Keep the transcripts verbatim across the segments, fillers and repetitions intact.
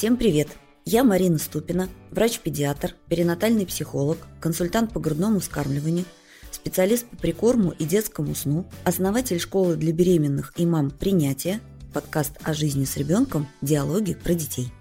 Всем привет! Я Марина Ступина, врач-педиатр, перинатальный психолог, консультант по грудному вскармливанию, специалист по прикорму и детскому сну, основатель школы для беременных и мам «Принятие», подкаст о жизни с ребенком, диалоги про детей.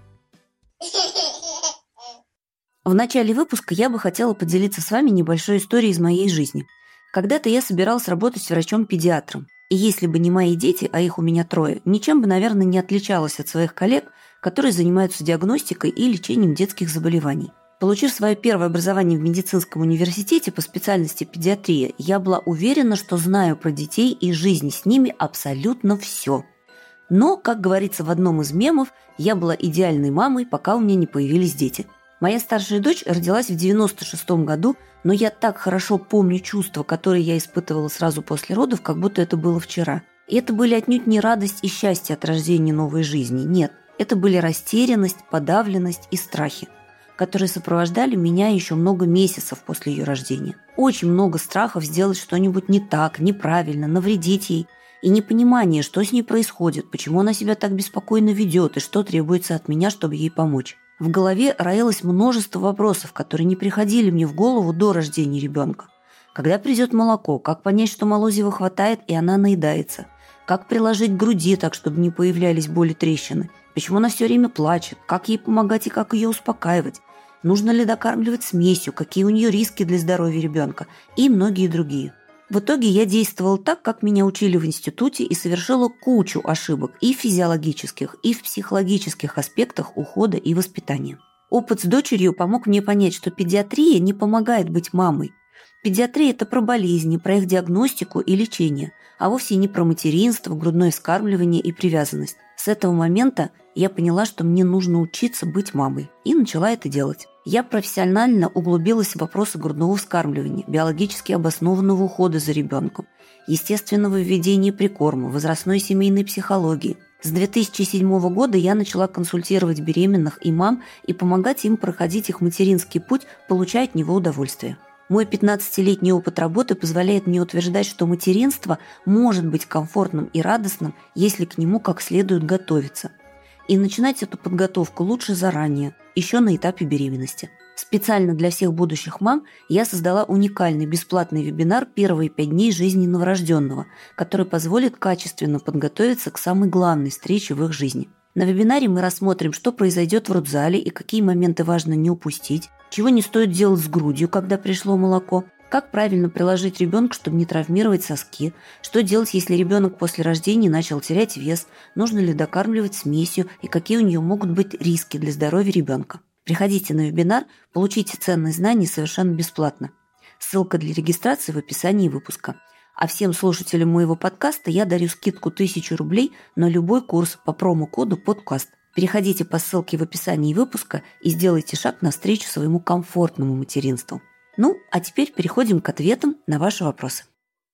В начале выпуска я бы хотела поделиться с вами небольшой историей из моей жизни. Когда-то я собиралась работать врачом-педиатром, и если бы не мои дети, а их у меня трое, ничем бы, наверное, не отличалась от своих коллег, которые занимаются диагностикой и лечением детских заболеваний. Получив свое первое образование в медицинском университете по специальности педиатрия, я была уверена, что знаю про детей и жизнь с ними абсолютно все. Но, как говорится в одном из мемов, я была идеальной мамой, пока у меня не появились дети. Моя старшая дочь родилась в девяносто шестом году, но я так хорошо помню чувства, которые я испытывала сразу после родов, как будто это было вчера. И это были отнюдь не радость и счастье от рождения новой жизни, нет. Это были растерянность, подавленность и страхи, которые сопровождали меня еще много месяцев после ее рождения. Очень много страхов сделать что-нибудь не так, неправильно, навредить ей, и непонимание, что с ней происходит, почему она себя так беспокойно ведет и что требуется от меня, чтобы ей помочь. В голове роилось множество вопросов, которые не приходили мне в голову до рождения ребенка. Когда придет молоко, как понять, что молозива хватает и она наедается? Как приложить к груди так, чтобы не появлялись боли, трещины? Почему она все время плачет? Как ей помогать и как ее успокаивать? Нужно ли докармливать смесью? Какие у нее риски для здоровья ребенка? И многие другие. В итоге я действовала так, как меня учили в институте, и совершила кучу ошибок и в физиологических, и в психологических аспектах ухода и воспитания. Опыт с дочерью помог мне понять, что педиатрия не помогает быть мамой. Педиатрия – это про болезни, про их диагностику и лечение, а вовсе не про материнство, грудное вскармливание и привязанность. С этого момента я поняла, что мне нужно учиться быть мамой, и начала это делать. Я профессионально углубилась в вопросы грудного вскармливания, биологически обоснованного ухода за ребенком, естественного введения прикорма, возрастной семейной психологии. С две тысячи седьмого года я начала консультировать беременных и мам и помогать им проходить их материнский путь, получая от него удовольствие. Мой пятнадцатилетний опыт работы позволяет мне утверждать, что материнство может быть комфортным и радостным, если к нему как следует готовиться. И начинать эту подготовку лучше заранее, еще на этапе беременности. Специально для всех будущих мам я создала уникальный бесплатный вебинар «Первые пять дней жизни новорожденного», который позволит качественно подготовиться к самой главной встрече в их жизни. На вебинаре мы рассмотрим, что произойдет в родзале и какие моменты важно не упустить, чего не стоит делать с грудью, когда пришло молоко, как правильно приложить ребенка, чтобы не травмировать соски, что делать, если ребенок после рождения начал терять вес, нужно ли докармливать смесью и какие у нее могут быть риски для здоровья ребенка. Приходите на вебинар, получите ценные знания совершенно бесплатно. Ссылка для регистрации в описании выпуска. А всем слушателям моего подкаста я дарю скидку тысячу рублей на любой курс по промокоду «Подкаст». Переходите по ссылке в описании выпуска и сделайте шаг навстречу своему комфортному материнству. Ну, а теперь переходим к ответам на ваши вопросы.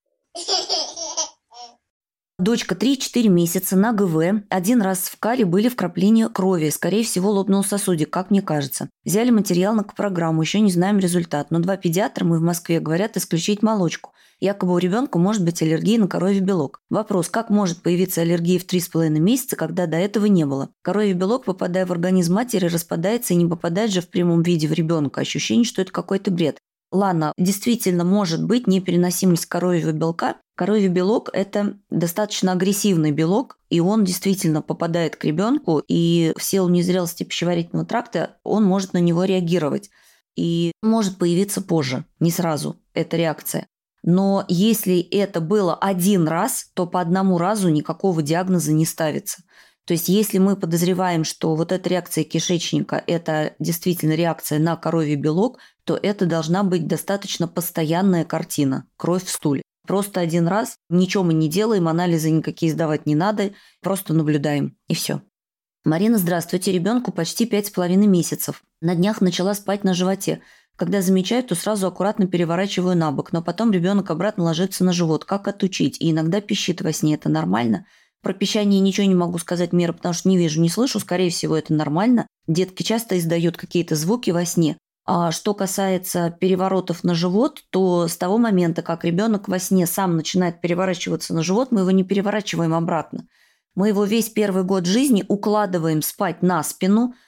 Дочка три-четыре месяца на ГВ. Один раз в кале были вкрапления крови. Скорее всего, лопнул сосудик, как мне кажется. Взяли материал на программу, еще не знаем результат. Но два педиатра мы в Москве говорят исключить молочку. Якобы у ребенка может быть аллергия на коровий белок. Вопрос, как может появиться аллергия в три с половиной месяца, когда до этого не было? Коровий белок, попадая в организм матери, распадается и не попадает же в прямом виде в ребенка. Ощущение, что это какой-то бред. Ладно, действительно может быть непереносимость коровьего белка. Коровий белок – это достаточно агрессивный белок, и он действительно попадает к ребенку, и в силу незрелости пищеварительного тракта он может на него реагировать. И может появиться позже, не сразу, эта реакция. Но если это было один раз, то по одному разу никакого диагноза не ставится. То есть если мы подозреваем, что вот эта реакция кишечника – это действительно реакция на коровий белок, то это должна быть достаточно постоянная картина – кровь в стуле. Просто один раз, ничего мы не делаем, анализы никакие сдавать не надо, просто наблюдаем, и все. Марина, здравствуйте, ребенку почти пять с половиной месяцев. На днях начала спать на животе. Когда замечаю, то сразу аккуратно переворачиваю на бок, но потом ребенок обратно ложится на живот. Как отучить? И иногда пищит во сне. Это нормально? Про пищание ничего не могу сказать, Мира, потому что не вижу, не слышу. Скорее всего, это нормально. Детки часто издают какие-то звуки во сне. А что касается переворотов на живот, то с того момента, как ребенок во сне сам начинает переворачиваться на живот, мы его не переворачиваем обратно. Мы его весь первый год жизни укладываем спать на спину,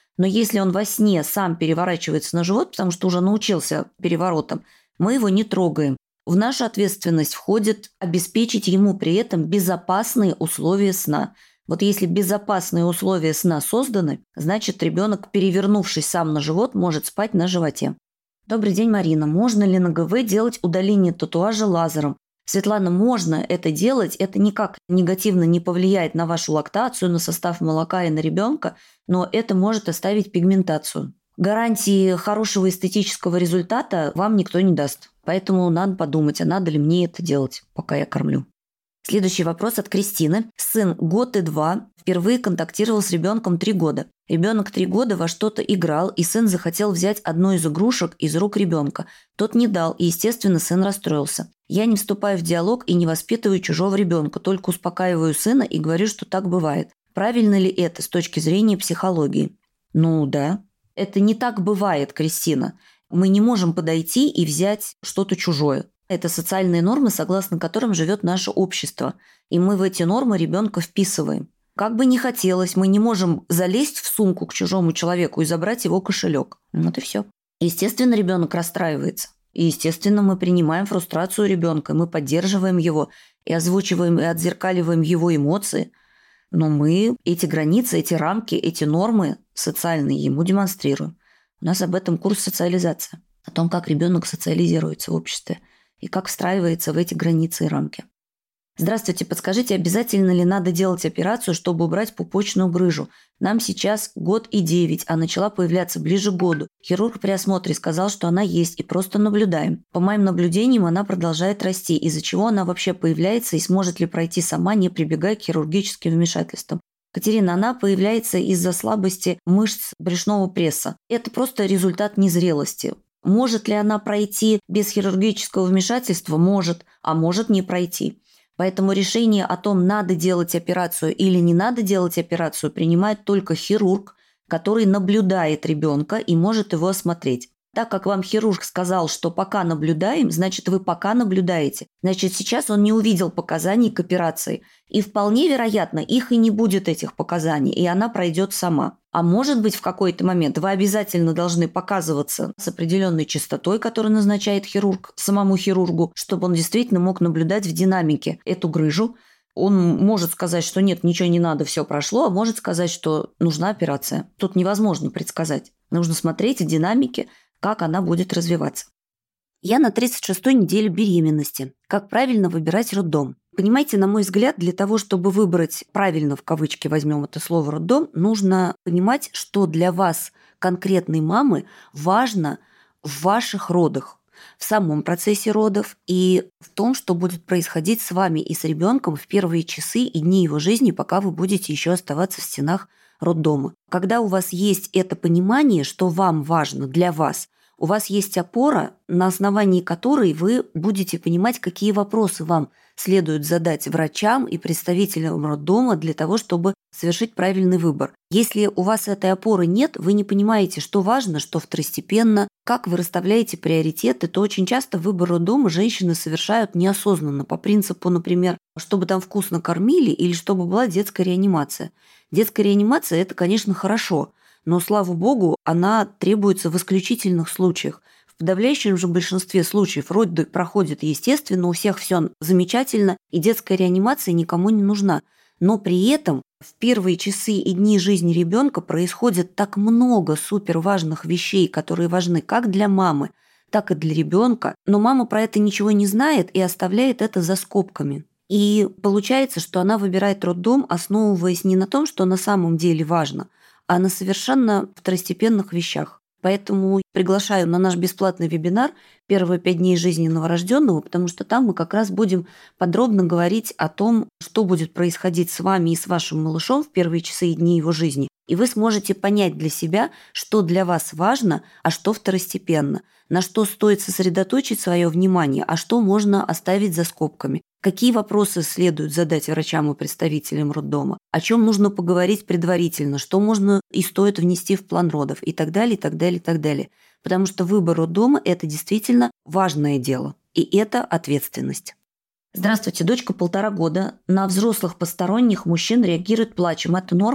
Но если он во сне сам переворачивается на живот, потому что уже научился переворотам, мы его не трогаем. В нашу ответственность входит обеспечить ему при этом безопасные условия сна. Вот если безопасные условия сна созданы, значит, ребенок, перевернувшись сам на живот, может спать на животе. Добрый день, Марина. Можно ли на ГВ делать удаление татуажа лазером? Светлана, можно это делать. Это никак негативно не повлияет на вашу лактацию, на состав молока и на ребенка, но это может оставить пигментацию. Гарантии хорошего эстетического результата вам никто не даст. Поэтому надо подумать, а надо ли мне это делать, пока я кормлю. Следующий вопрос от Кристины. Сын год и два впервые контактировал с ребенком три года. Ребенок три года во что-то играл, и сын захотел взять одну из игрушек из рук ребенка. Тот не дал, и, естественно, сын расстроился. Я не вступаю в диалог и не воспитываю чужого ребенка, только успокаиваю сына и говорю, что так бывает. Правильно ли это с точки зрения психологии? Ну да. Это не так бывает, Кристина. Мы не можем подойти и взять что-то чужое. Это социальные нормы, согласно которым живет наше общество. И мы в эти нормы ребенка вписываем. Как бы ни хотелось, мы не можем залезть в сумку к чужому человеку и забрать его кошелек. Вот и все. Естественно, ребенок расстраивается. И, естественно, мы принимаем фрустрацию ребенка, мы поддерживаем его и озвучиваем и отзеркаливаем его эмоции. Но мы эти границы, эти рамки, эти нормы социальные ему демонстрируем. У нас об этом курс социализации. О том, как ребенок социализируется в обществе и как встраивается в эти границы и рамки. Здравствуйте, подскажите, обязательно ли надо делать операцию, чтобы убрать пупочную грыжу? Нам сейчас год и девять, а начала появляться ближе к году. Хирург при осмотре сказал, что она есть, и просто наблюдаем. По моим наблюдениям, она продолжает расти, из-за чего она вообще появляется и сможет ли пройти сама, не прибегая к хирургическим вмешательствам. Катерина, она появляется из-за слабости мышц брюшного пресса. Это просто результат незрелости. Может ли она пройти без хирургического вмешательства? Может, а может не пройти. Поэтому решение о том, надо делать операцию или не надо делать операцию, принимает только хирург, который наблюдает ребенка и может его осмотреть. Так как вам хирург сказал, что пока наблюдаем, значит, вы пока наблюдаете. Значит, сейчас он не увидел показаний к операции. И вполне вероятно, их и не будет, этих показаний, и она пройдет сама. А может быть, в какой-то момент вы обязательно должны показываться с определенной частотой, которую назначает хирург самому хирургу, чтобы он действительно мог наблюдать в динамике эту грыжу. Он может сказать, что нет, ничего не надо, все прошло, а может сказать, что нужна операция. Тут невозможно предсказать. Нужно смотреть в динамике, как она будет развиваться. Я на тридцать шестой неделе беременности. Как правильно выбирать роддом? Понимаете, на мой взгляд, для того, чтобы выбрать правильно, в кавычки возьмем это слово роддом, нужно понимать, что для вас, конкретной мамы, важно в ваших родах, в самом процессе родов и в том, что будет происходить с вами и с ребенком в первые часы и дни его жизни, пока вы будете еще оставаться в стенах роддома. Когда у вас есть это понимание, что вам важно для вас, у вас есть опора, на основании которой вы будете понимать, какие вопросы вам следует задать врачам и представителям роддома для того, чтобы совершить правильный выбор. Если у вас этой опоры нет, вы не понимаете, что важно, что второстепенно, как вы расставляете приоритеты, то очень часто выбор роддома женщины совершают неосознанно, по принципу, например, чтобы там вкусно кормили или чтобы была детская реанимация. Детская реанимация – это, конечно, хорошо, но, слава богу, она требуется в исключительных случаях. В подавляющем же большинстве случаев роды проходят естественно, у всех все замечательно, и детская реанимация никому не нужна. Но при этом в первые часы и дни жизни ребенка происходит так много суперважных вещей, которые важны как для мамы, так и для ребенка, но мама про это ничего не знает и оставляет это за скобками. И получается, что она выбирает роддом, основываясь не на том, что на самом деле важно, а на совершенно второстепенных вещах. Поэтому приглашаю на наш бесплатный вебинар «Первые пять дней жизни новорожденного», потому что там мы как раз будем подробно говорить о том, что будет происходить с вами и с вашим малышом в первые часы и дни его жизни. И вы сможете понять для себя, что для вас важно, а что второстепенно, на что стоит сосредоточить свое внимание, а что можно оставить за скобками. Какие вопросы следует задать врачам и представителям роддома? О чем нужно поговорить предварительно? Что можно и стоит внести в план родов? И так далее, и так далее, и так далее. Потому что выбор роддома – это действительно важное дело. И это ответственность. Здравствуйте, дочка полтора года. На взрослых посторонних мужчин реагирует плачем. Это норма?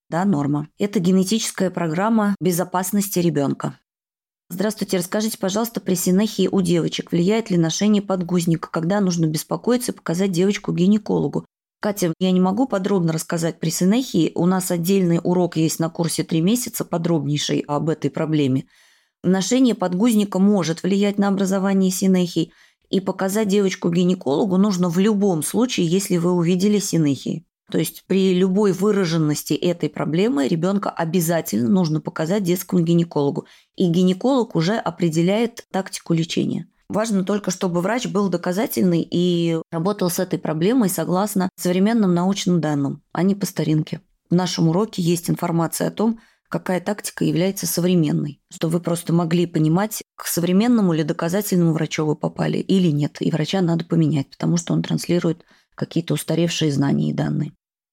Да, норма. Это генетическая программа безопасности ребенка. Здравствуйте, расскажите, пожалуйста, при синехии у девочек влияет ли ношение подгузника, когда нужно беспокоиться и показать девочку гинекологу? Катя, я не могу подробно рассказать при синехии. У нас отдельный урок есть на курсе три месяца, подробнейший об этой проблеме. Ношение подгузника может влиять на образование синехий, и показать девочку гинекологу нужно в любом случае, если вы увидели синехии. То есть при любой выраженности этой проблемы ребенка обязательно нужно показать детскому гинекологу. И гинеколог уже определяет тактику лечения. Важно только, чтобы врач был доказательный и работал с этой проблемой согласно современным научным данным, а не по старинке. В нашем уроке есть информация о том, какая тактика является современной, чтобы вы просто могли понимать, к современному или доказательному врачу вы попали или нет. И врача надо поменять, потому что он транслирует какие-то устаревшие знания и данные.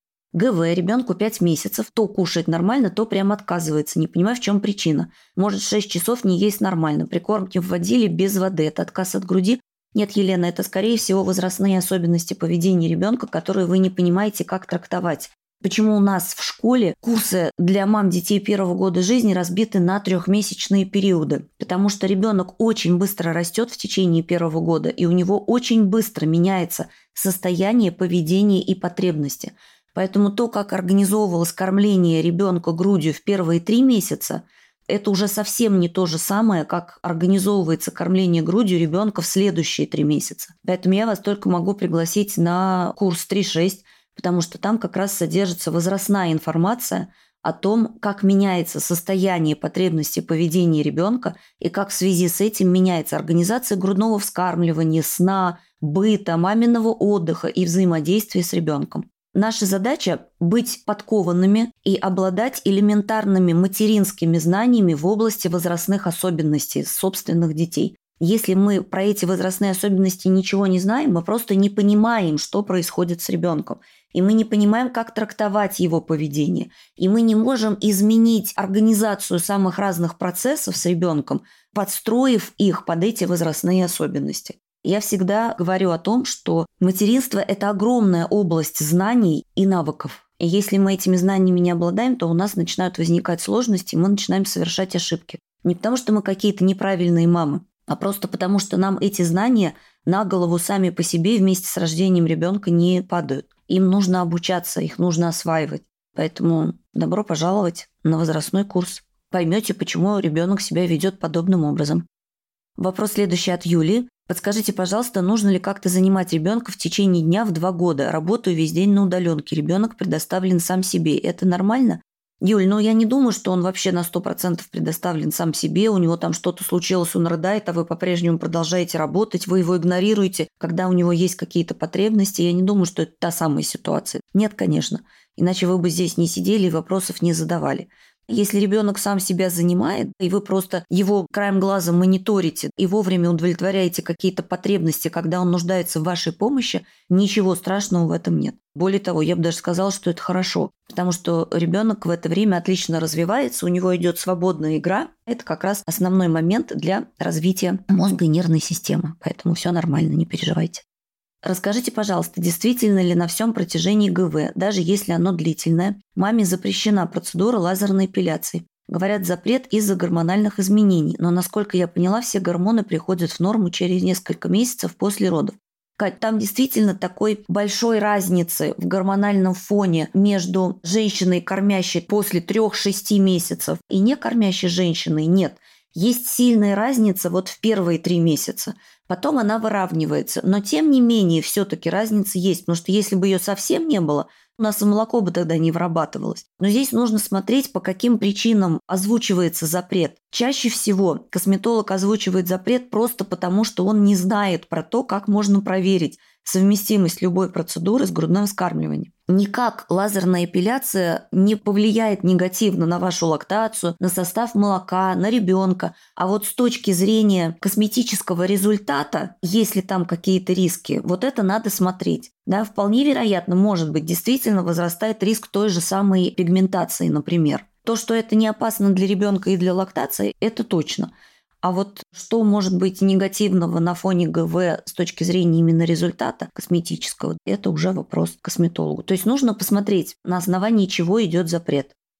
ГВ, ребенку пять месяцев, то кушает нормально, то прям отказывается, не понимаю, в чем причина. Может, шесть часов не есть нормально, прикормки вводили без воды, это отказ от груди? Нет, Елена, это, скорее всего, возрастные особенности поведения ребенка, которые вы не понимаете, как трактовать. Почему у нас в школе курсы для мам детей первого года жизни разбиты на трехмесячные периоды? Потому что ребенок очень быстро растет в течение первого года, и у него очень быстро меняется состояние, поведение и потребности. Поэтому то, как организовывалось кормление ребенка грудью в первые три месяца, это уже совсем не то же самое, как организовывается кормление грудью ребенка в следующие три месяца. Поэтому я вас только могу пригласить на курс три шесть, потому что там как раз содержится возрастная информация о том, как меняется состояние, потребности, поведения ребенка и как в связи с этим меняется организация грудного вскармливания, сна, быта, маминого отдыха и взаимодействия с ребенком. Наша задача – быть подкованными и обладать элементарными материнскими знаниями в области возрастных особенностей собственных детей. Если мы про эти возрастные особенности ничего не знаем, мы просто не понимаем, что происходит с ребенком. И мы не понимаем, как трактовать его поведение. И мы не можем изменить организацию самых разных процессов с ребенком, подстроив их под эти возрастные особенности. Я всегда говорю о том, что материнство – это огромная область знаний и навыков. И если мы этими знаниями не обладаем, то у нас начинают возникать сложности, и мы начинаем совершать ошибки. Не потому, что мы какие-то неправильные мамы, а просто потому, что нам эти знания на голову сами по себе вместе с рождением ребенка не падают. Им нужно обучаться, их нужно осваивать. Поэтому добро пожаловать на возрастной курс. Поймете, почему ребенок себя ведет подобным образом. Вопрос следующий от Юли. Подскажите, пожалуйста, нужно ли как-то занимать ребенка в течение дня в два года? Работаю весь день на удаленке, ребенок предоставлен сам себе. Это нормально? Юль, ну я не думаю, что он вообще на сто процентов предоставлен сам себе, у него там что-то случилось, он рыдает, а вы по-прежнему продолжаете работать, вы его игнорируете, когда у него есть какие-то потребности. Я не думаю, что это та самая ситуация. Нет, конечно. Иначе вы бы здесь не сидели и вопросов не задавали. Если ребенок сам себя занимает, и вы просто его краем глаза мониторите и вовремя удовлетворяете какие-то потребности, когда он нуждается в вашей помощи, ничего страшного в этом нет. Более того, я бы даже сказала, что это хорошо, потому что ребенок в это время отлично развивается, у него идет свободная игра. Это как раз основной момент для развития мозга и нервной системы. Поэтому все нормально, не переживайте. Расскажите, пожалуйста, действительно ли на всем протяжении ГВ, даже если оно длительное, маме запрещена процедура лазерной эпиляции? Говорят, запрет из-за гормональных изменений, но, насколько я поняла, все гормоны приходят в норму через несколько месяцев после родов. Кать, там действительно такой большой разницы в гормональном фоне между женщиной, кормящей после трех-шести месяцев, и не кормящей женщиной нет. Есть сильная разница вот в первые три месяца. Потом она выравнивается. Но тем не менее все-таки разница есть. Потому что если бы ее совсем не было, у нас и молоко бы тогда не вырабатывалось. Но здесь нужно смотреть, по каким причинам озвучивается запрет. Чаще всего косметолог озвучивает запрет просто потому, что он не знает про то, как можно проверить совместимость любой процедуры с грудным вскармливанием. Никак лазерная эпиляция не повлияет негативно на вашу лактацию, на состав молока, на ребенка. А вот с точки зрения косметического результата, если там какие-то риски, вот это надо смотреть. Да, вполне вероятно, может быть, действительно возрастает риск той же самой пигментации, например. То, что это не опасно для ребенка и для лактации, это точно. А вот что может быть негативного на фоне ГВ с точки зрения именно результата косметического, это уже вопрос к косметологу. То есть нужно посмотреть, на основании чего идет запрет.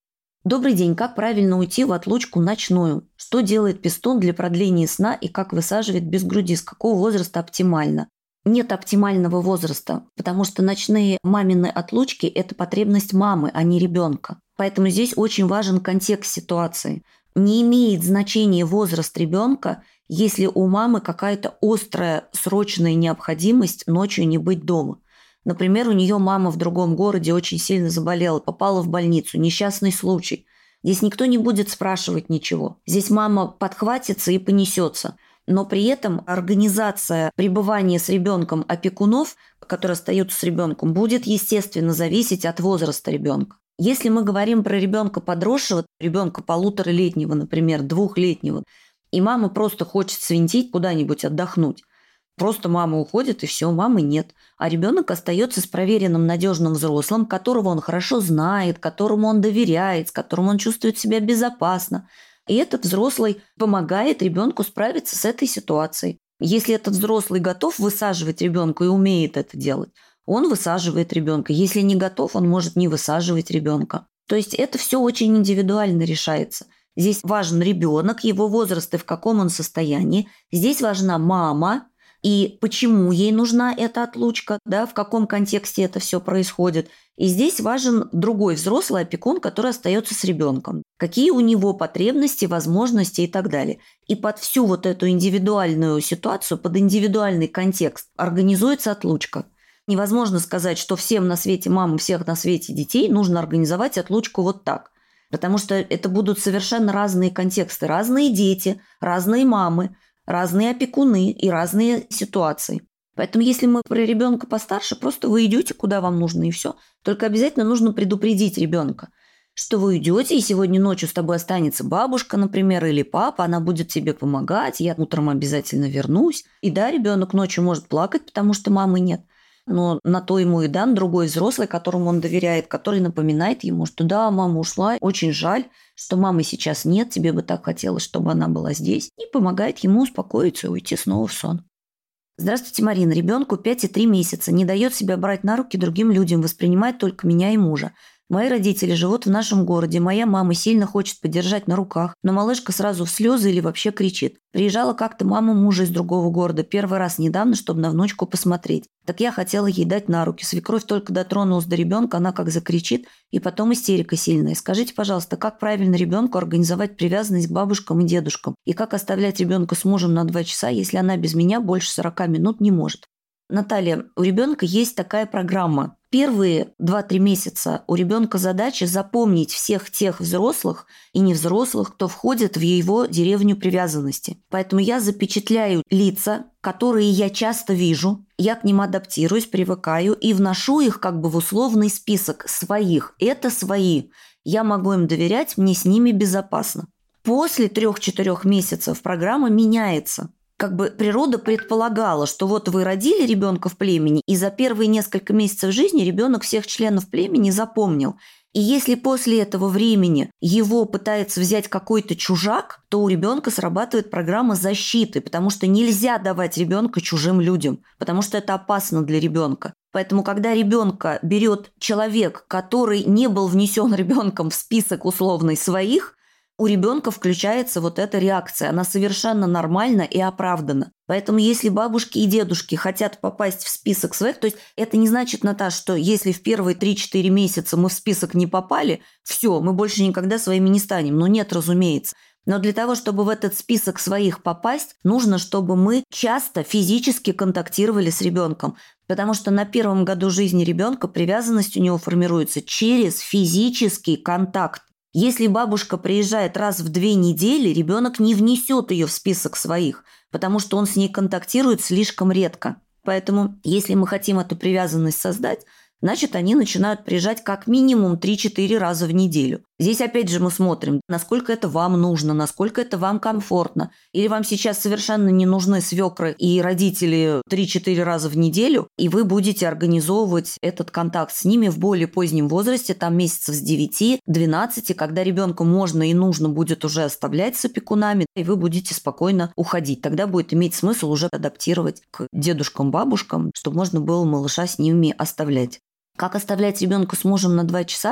Добрый день, как правильно уйти в отлучку ночную? Что делает пистон для продления сна и как высаживает без груди? С какого возраста оптимально? Нет оптимального возраста, потому что ночные мамины отлучки – это потребность мамы, а не ребенка. Поэтому здесь очень важен контекст ситуации. Не имеет значения возраст ребенка, если у мамы какая-то острая, срочная необходимость ночью не быть дома. Например, у нее мама в другом городе очень сильно заболела, попала в больницу, несчастный случай. Здесь никто не будет спрашивать ничего. Здесь мама подхватится и понесется. Но при этом организация пребывания с ребенком опекунов, которые остаются с ребенком, будет, естественно, зависеть от возраста ребенка. Если мы говорим про ребенка подросшего, ребенка полуторалетнего, например, двухлетнего, и мама просто хочет свинтить куда-нибудь отдохнуть, просто мама уходит, и все, мамы нет. А ребенок остается с проверенным надежным взрослым, которого он хорошо знает, которому он доверяет, с которым он чувствует себя безопасно. И этот взрослый помогает ребенку справиться с этой ситуацией. Если этот взрослый готов высаживать ребенка и умеет это делать, он высаживает ребенка. Если не готов, он может не высаживать ребенка. То есть это все очень индивидуально решается. Здесь важен ребенок, его возраст и в каком он состоянии. Здесь важна мама, и почему ей нужна эта отлучка, да, в каком контексте это все происходит. И здесь важен другой взрослый опекун, который остается с ребенком. Какие у него потребности, возможности и так далее. И под всю вот эту индивидуальную ситуацию, под индивидуальный контекст организуется отлучка. Невозможно сказать, что всем на свете мам, всех на свете детей нужно организовать отлучку вот так. Потому что это будут совершенно разные контексты, разные дети, разные мамы, разные опекуны и разные ситуации. Поэтому если мы про ребенка постарше, просто вы идете, куда вам нужно, и все. Только обязательно нужно предупредить ребенка, что вы идете, и сегодня ночью с тобой останется бабушка, например, или папа, она будет тебе помогать, я утром обязательно вернусь. И да, ребенок ночью может плакать, потому что мамы нет. Но на то ему и дан другой взрослый, которому он доверяет, который напоминает ему, что да, мама ушла, очень жаль, что мамы сейчас нет, тебе бы так хотелось, чтобы она была здесь, и помогает ему успокоиться и уйти снова в сон. Здравствуйте, Марина. Ребенку пять и три месяца, не дает себя брать на руки другим людям, воспринимает только меня и мужа. Мои родители живут в нашем городе, моя мама сильно хочет подержать на руках, но малышка сразу в слезы или вообще кричит. Приезжала как-то мама мужа из другого города, первый раз недавно, чтобы на внучку посмотреть. Так я хотела ей дать на руки. Свекровь только дотронулась до ребенка, она как закричит, и потом истерика сильная. Скажите, пожалуйста, как правильно ребенку организовать привязанность к бабушкам и дедушкам? И как оставлять ребенка с мужем на два часа, если она без меня больше сорока минут не может? Наталья, у ребенка есть такая программа. Первые два-три месяца у ребенка задача запомнить всех тех взрослых и невзрослых, кто входит в его деревню привязанности. Поэтому я запечатляю лица, которые я часто вижу, я к ним адаптируюсь, привыкаю и вношу их как бы в условный список своих. Это свои. Я могу им доверять, мне с ними безопасно. После трех-четырех месяцев программа меняется. Как бы природа предполагала, что вот вы родили ребенка в племени, и за первые несколько месяцев жизни ребенок всех членов племени запомнил. И если после этого времени его пытается взять какой-то чужак, то у ребенка срабатывает программа защиты, потому что нельзя давать ребенка чужим людям, потому что это опасно для ребенка. Поэтому, когда ребенка берет человек, который не был внесен ребенком в список условный своих, у ребенка включается вот эта реакция. Она совершенно нормальна и оправдана. Поэтому если бабушки и дедушки хотят попасть в список своих, то есть это не значит, Наташа, что если в первые три-четыре месяца мы в список не попали, все, мы больше никогда своими не станем. Ну нет, разумеется. Но для того, чтобы в этот список своих попасть, нужно, чтобы мы часто физически контактировали с ребенком. Потому что на первом году жизни ребенка привязанность у него формируется через физический контакт. Если бабушка приезжает раз в две недели, ребенок не внесет ее в список своих, потому что он с ней контактирует слишком редко. Поэтому, если мы хотим эту привязанность создать, значит, они начинают приезжать как минимум три-четыре раза в неделю. Здесь опять же мы смотрим, насколько это вам нужно, насколько это вам комфортно. Или вам сейчас совершенно не нужны свекры и родители три-четыре раза в неделю, и вы будете организовывать этот контакт с ними в более позднем возрасте, там месяцев с девяти-двенадцати, когда ребенку можно и нужно будет уже оставлять с опекунами, и вы будете спокойно уходить. Тогда будет иметь смысл уже адаптировать к дедушкам, бабушкам, чтобы можно было малыша с ними оставлять. Как оставлять ребенка с мужем на два часа?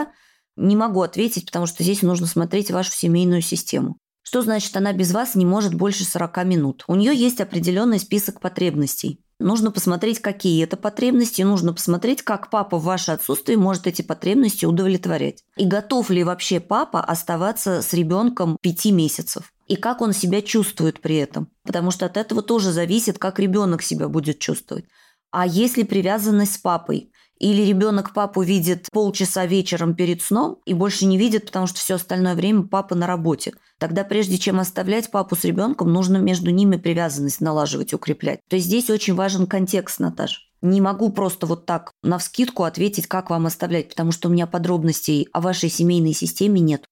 Не могу ответить, потому что здесь нужно смотреть вашу семейную систему. Что значит, она без вас не может больше сорок минут? У нее есть определенный список потребностей. Нужно посмотреть, какие это потребности, нужно посмотреть, как папа в ваше отсутствие может эти потребности удовлетворять. И готов ли вообще папа оставаться с ребенком пяти месяцев? И как он себя чувствует при этом? Потому что от этого тоже зависит, как ребенок себя будет чувствовать. А если привязанность с папой? Или ребенок папу видит полчаса вечером перед сном и больше не видит, потому что все остальное время папа на работе. Тогда прежде чем оставлять папу с ребенком, нужно между ними привязанность налаживать, укреплять. То есть здесь очень важен контекст, Наташ. Не могу просто вот так навскидку ответить, как вам оставлять, потому что у меня подробностей о вашей семейной системе нет.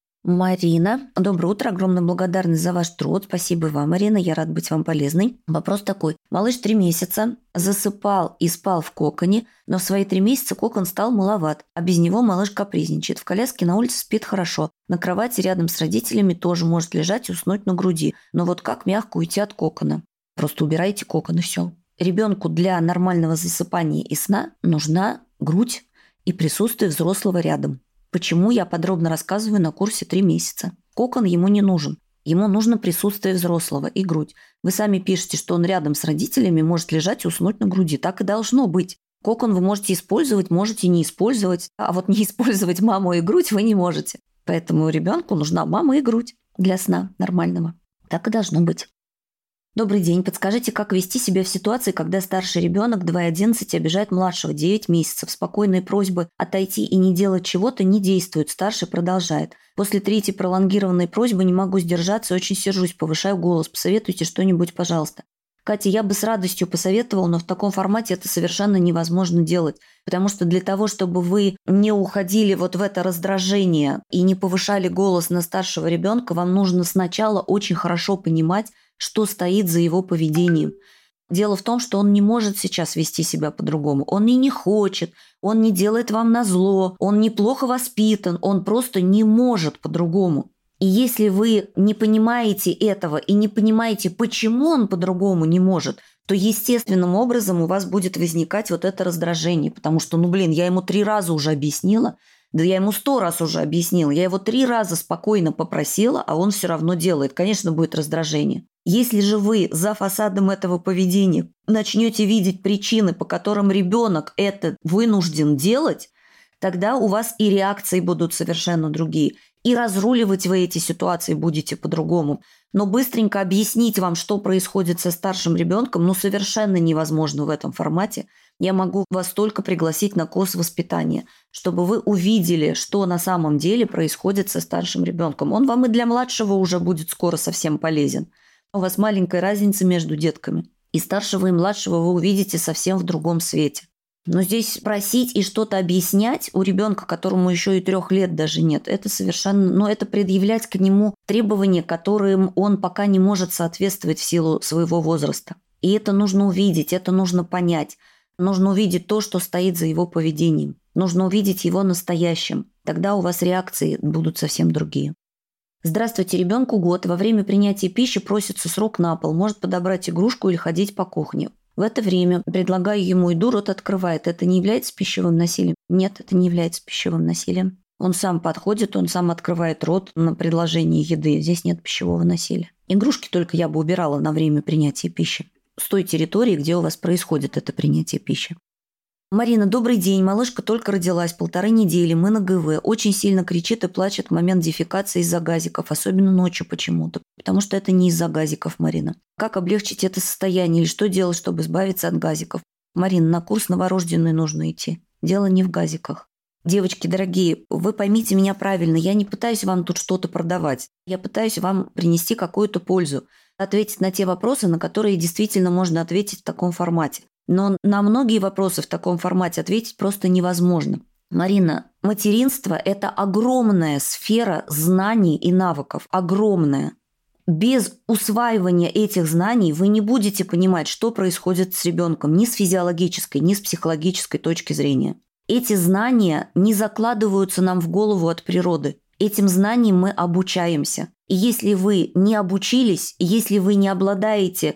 Марина, доброе утро, огромная благодарность за ваш труд. Спасибо вам, Марина, я рад быть вам полезной. Вопрос такой. Малыш три месяца, засыпал и спал в коконе, но в свои три месяца кокон стал маловат, а без него малыш капризничает. В коляске на улице спит хорошо, на кровати рядом с родителями тоже может лежать и уснуть на груди. Но вот как мягко уйти от кокона? Просто убирайте кокон и все. Ребенку для нормального засыпания и сна нужна грудь и присутствие взрослого рядом. Почему я подробно рассказываю на курсе три месяца. Кокон ему не нужен. Ему нужно присутствие взрослого и грудь. Вы сами пишете, что он рядом с родителями может лежать и уснуть на груди. Так и должно быть. Кокон вы можете использовать, можете не использовать. А вот не использовать маму и грудь вы не можете. Поэтому ребенку нужна мама и грудь для сна нормального. Так и должно быть. Добрый день. Подскажите, как вести себя в ситуации, когда старший ребенок два одиннадцать обижает младшего девять месяцев? Спокойные просьбы отойти и не делать чего-то не действуют. Старший продолжает. После третьей пролонгированной просьбы не могу сдержаться, очень сержусь, повышаю голос. Посоветуйте что-нибудь, пожалуйста. Катя, я бы с радостью посоветовала, но в таком формате это совершенно невозможно делать. Потому что для того, чтобы вы не уходили вот в это раздражение и не повышали голос на старшего ребенка, вам нужно сначала очень хорошо понимать, что стоит за его поведением. Дело в том, что он не может сейчас вести себя по-другому. Он и не хочет, он не делает вам назло, он неплохо воспитан, он просто не может по-другому. И если вы не понимаете этого и не понимаете, почему он по-другому не может, то естественным образом у вас будет возникать вот это раздражение. Потому что, ну блин, я ему три раза уже объяснила, да я ему сто раз уже объяснила, я его три раза спокойно попросила, а он все равно делает. Конечно, будет раздражение. Если же вы за фасадом этого поведения начнете видеть причины, по которым ребенок это вынужден делать, тогда у вас и реакции будут совершенно другие. И разруливать вы эти ситуации будете по-другому. Но быстренько объяснить вам, что происходит со старшим ребенком, ну, совершенно невозможно в этом формате. Я могу вас только пригласить на курс воспитания, чтобы вы увидели, что на самом деле происходит со старшим ребенком. Он вам и для младшего уже будет скоро совсем полезен. У вас маленькая разница между детками. И старшего, и младшего вы увидите совсем в другом свете. Но здесь просить и что-то объяснять у ребенка, которому еще и трех лет даже нет, это совершенно, ну, это предъявлять к нему требования, которым он пока не может соответствовать в силу своего возраста. И это нужно увидеть, это нужно понять. Нужно увидеть то, что стоит за его поведением. Нужно увидеть его настоящим. Тогда у вас реакции будут совсем другие. Здравствуйте, ребенку год. Во время принятия пищи просится с рук на пол. Может подобрать игрушку или ходить по кухне. В это время предлагаю ему еду, рот открывает. Это не является пищевым насилием? Нет, это не является пищевым насилием. Он сам подходит, он сам открывает рот на предложение еды. Здесь нет пищевого насилия. Игрушки только я бы убирала на время принятия пищи. С той территории, где у вас происходит это принятие пищи. Марина, добрый день. Малышка только родилась, полторы недели, мы на ГВ. Очень сильно кричит и плачет в момент дефекации из-за газиков, особенно ночью почему-то. Потому что это не из-за газиков, Марина. Как облегчить это состояние или что делать, чтобы избавиться от газиков? Марина, на курс новорожденной нужно идти. Дело не в газиках. Девочки дорогие, вы поймите меня правильно. Я не пытаюсь вам тут что-то продавать. Я пытаюсь вам принести какую-то пользу. Ответить на те вопросы, на которые действительно можно ответить в таком формате. Но на многие вопросы в таком формате ответить просто невозможно. Марина, материнство – это огромная сфера знаний и навыков. Огромная. Без усваивания этих знаний вы не будете понимать, что происходит с ребенком ни с физиологической, ни с психологической точки зрения. Эти знания не закладываются нам в голову от природы. Этим знаниям мы обучаемся. И если вы не обучились, если вы не обладаете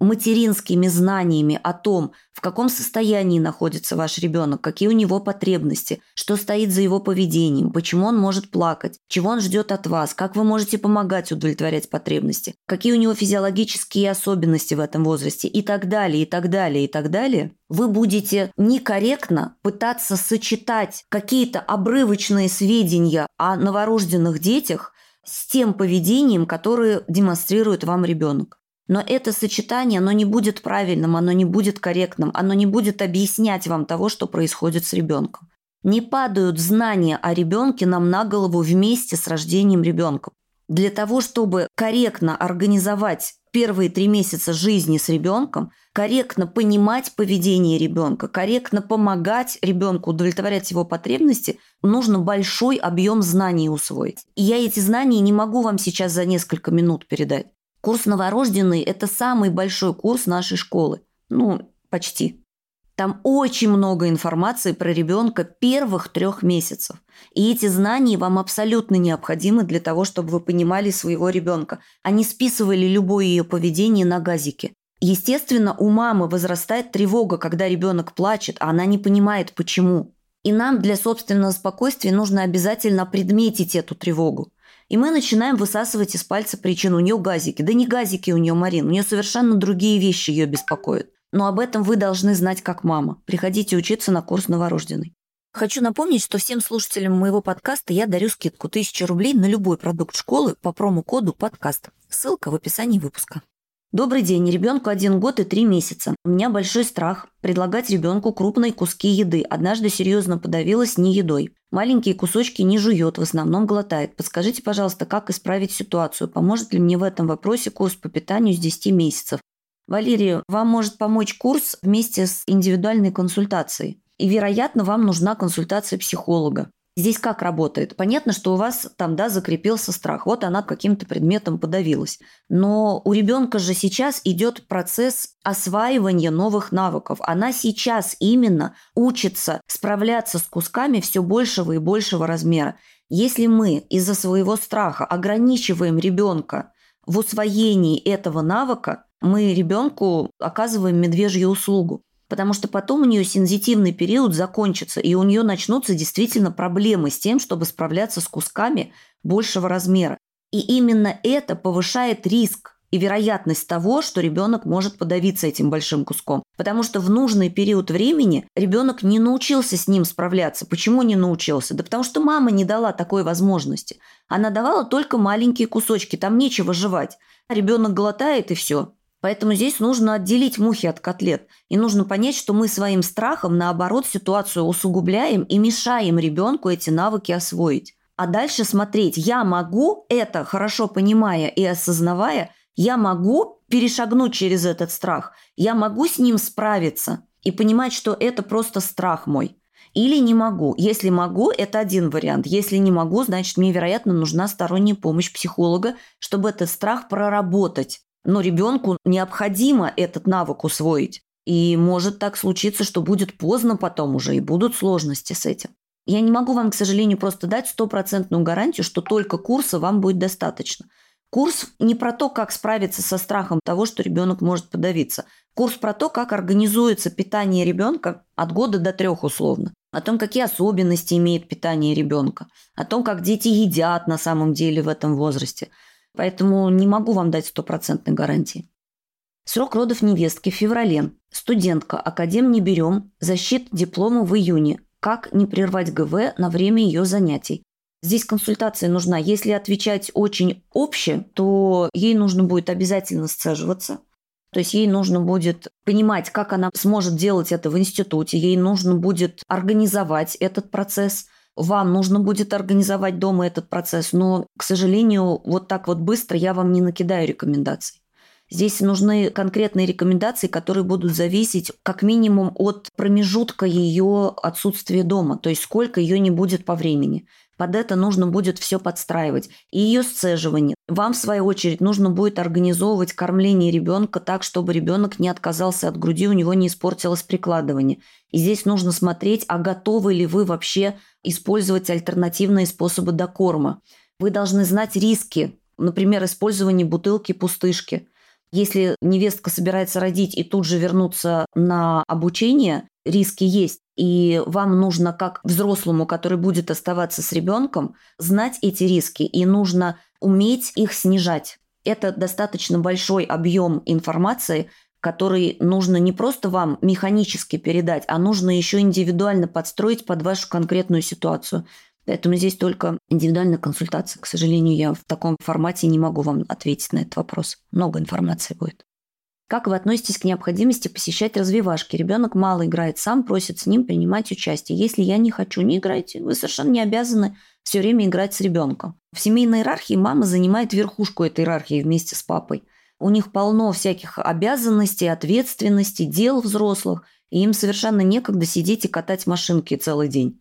материнскими знаниями о том, в каком состоянии находится ваш ребенок, какие у него потребности, что стоит за его поведением, почему он может плакать, чего он ждет от вас, как вы можете помогать удовлетворять потребности, какие у него физиологические особенности в этом возрасте и так далее, и так далее, и так далее, вы будете некорректно пытаться сочетать какие-то обрывочные сведения о новорожденных детях с тем поведением, которое демонстрирует вам ребенок. Но это сочетание, оно не будет правильным, оно не будет корректным, оно не будет объяснять вам того, что происходит с ребенком. Не падают знания о ребенке нам на голову вместе с рождением ребенка. Для того, чтобы корректно организовать первые три месяца жизни с ребенком, корректно понимать поведение ребенка, корректно помогать ребенку удовлетворять его потребности, нужно большой объем знаний усвоить. И я эти знания не могу вам сейчас за несколько минут передать. Курс «Новорожденный» – это самый большой курс нашей школы. Ну, почти. Там очень много информации про ребенка первых трех месяцев. И эти знания вам абсолютно необходимы для того, чтобы вы понимали своего ребенка, а не списывали любое ее поведение на газики. Естественно, у мамы возрастает тревога, когда ребенок плачет, а она не понимает, почему. И нам для собственного спокойствия нужно обязательно предметить эту тревогу. И мы начинаем высасывать из пальца причину. У нее газики. Да не газики у нее, Марин. У нее совершенно другие вещи ее беспокоят. Но об этом вы должны знать как мама. Приходите учиться на курс «Новорожденный». Хочу напомнить, что всем слушателям моего подкаста я дарю скидку тысяча рублей на любой продукт школы по промокоду «Подкаст». Ссылка в описании выпуска. Добрый день. Ребенку один год и три месяца. У меня большой страх предлагать ребенку крупные куски еды. Однажды серьезно подавилась не едой. Маленькие кусочки не жует, в основном глотает. Подскажите, пожалуйста, как исправить ситуацию? Поможет ли мне в этом вопросе курс по питанию с десяти месяцев? Валерия, вам может помочь курс вместе с индивидуальной консультацией. И, вероятно, вам нужна консультация психолога. Здесь как работает? Понятно, что у вас там, да, закрепился страх. Вот она каким-то предметом подавилась. Но у ребенка же сейчас идет процесс осваивания новых навыков. Она сейчас именно учится справляться с кусками все большего и большего размера. Если мы из-за своего страха ограничиваем ребенка в усвоении этого навыка, мы ребенку оказываем медвежью услугу. Потому что потом у нее сензитивный период закончится, и у нее начнутся действительно проблемы с тем, чтобы справляться с кусками большего размера. И именно это повышает риск и вероятность того, что ребенок может подавиться этим большим куском. Потому что в нужный период времени ребенок не научился с ним справляться. Почему не научился? Да потому что мама не дала такой возможности. Она давала только маленькие кусочки, там нечего жевать. Ребенок глотает и все. Поэтому здесь нужно отделить мухи от котлет. И нужно понять, что мы своим страхом, наоборот, ситуацию усугубляем и мешаем ребенку эти навыки освоить. А дальше смотреть, я могу это, хорошо понимая и осознавая, я могу перешагнуть через этот страх, я могу с ним справиться и понимать, что это просто страх мой. Или не могу. Если могу, это один вариант. Если не могу, значит, мне, вероятно, нужна сторонняя помощь психолога, чтобы этот страх проработать. Но ребенку необходимо этот навык усвоить. И может так случиться, что будет поздно потом уже, и будут сложности с этим. Я не могу вам, к сожалению, просто дать стопроцентную гарантию, что только курса вам будет достаточно. Курс не про то, как справиться со страхом того, что ребенок может подавиться. Курс про то, как организуется питание ребенка от года до трех условно. О том, какие особенности имеет питание ребенка. О том, как дети едят на самом деле в этом возрасте. Поэтому не могу вам дать стопроцентной гарантии. Срок родов невестки в феврале. Студентка, академ не берем, защита диплома в июне. Как не прервать ГВ на время ее занятий? Здесь консультация нужна. Если отвечать очень обще, то ей нужно будет обязательно сцеживаться. То есть ей нужно будет понимать, как она сможет делать это в институте. Ей нужно будет организовать этот процесс. Вам нужно будет организовать дома этот процесс, но, к сожалению, вот так вот быстро я вам не накидаю рекомендаций. Здесь нужны конкретные рекомендации, которые будут зависеть как минимум от промежутка ее отсутствия дома, то есть сколько ее не будет по времени. Под это нужно будет все подстраивать. И ее сцеживание. Вам, в свою очередь, нужно будет организовывать кормление ребенка так, чтобы ребенок не отказался от груди, у него не испортилось прикладывание. И здесь нужно смотреть, а готовы ли вы вообще использовать альтернативные способы докорма. Вы должны знать риски, например, использование бутылки-пустышки. Если невестка собирается родить и тут же вернуться на обучение, риски есть. И вам нужно, как взрослому, который будет оставаться с ребенком, знать эти риски. И нужно уметь их снижать. Это достаточно большой объем информации, который нужно не просто вам механически передать, а нужно еще индивидуально подстроить под вашу конкретную ситуацию. Поэтому здесь только индивидуальная консультация. К сожалению, я в таком формате не могу вам ответить на этот вопрос. Много информации будет. Как вы относитесь к необходимости посещать развивашки? Ребенок мало играет сам, просит с ним принимать участие. Если я не хочу, не играйте. Вы совершенно не обязаны все время играть с ребенком. В семейной иерархии мама занимает верхушку этой иерархии вместе с папой. У них полно всяких обязанностей, ответственностей, дел взрослых, и им совершенно некогда сидеть и катать машинки целый день.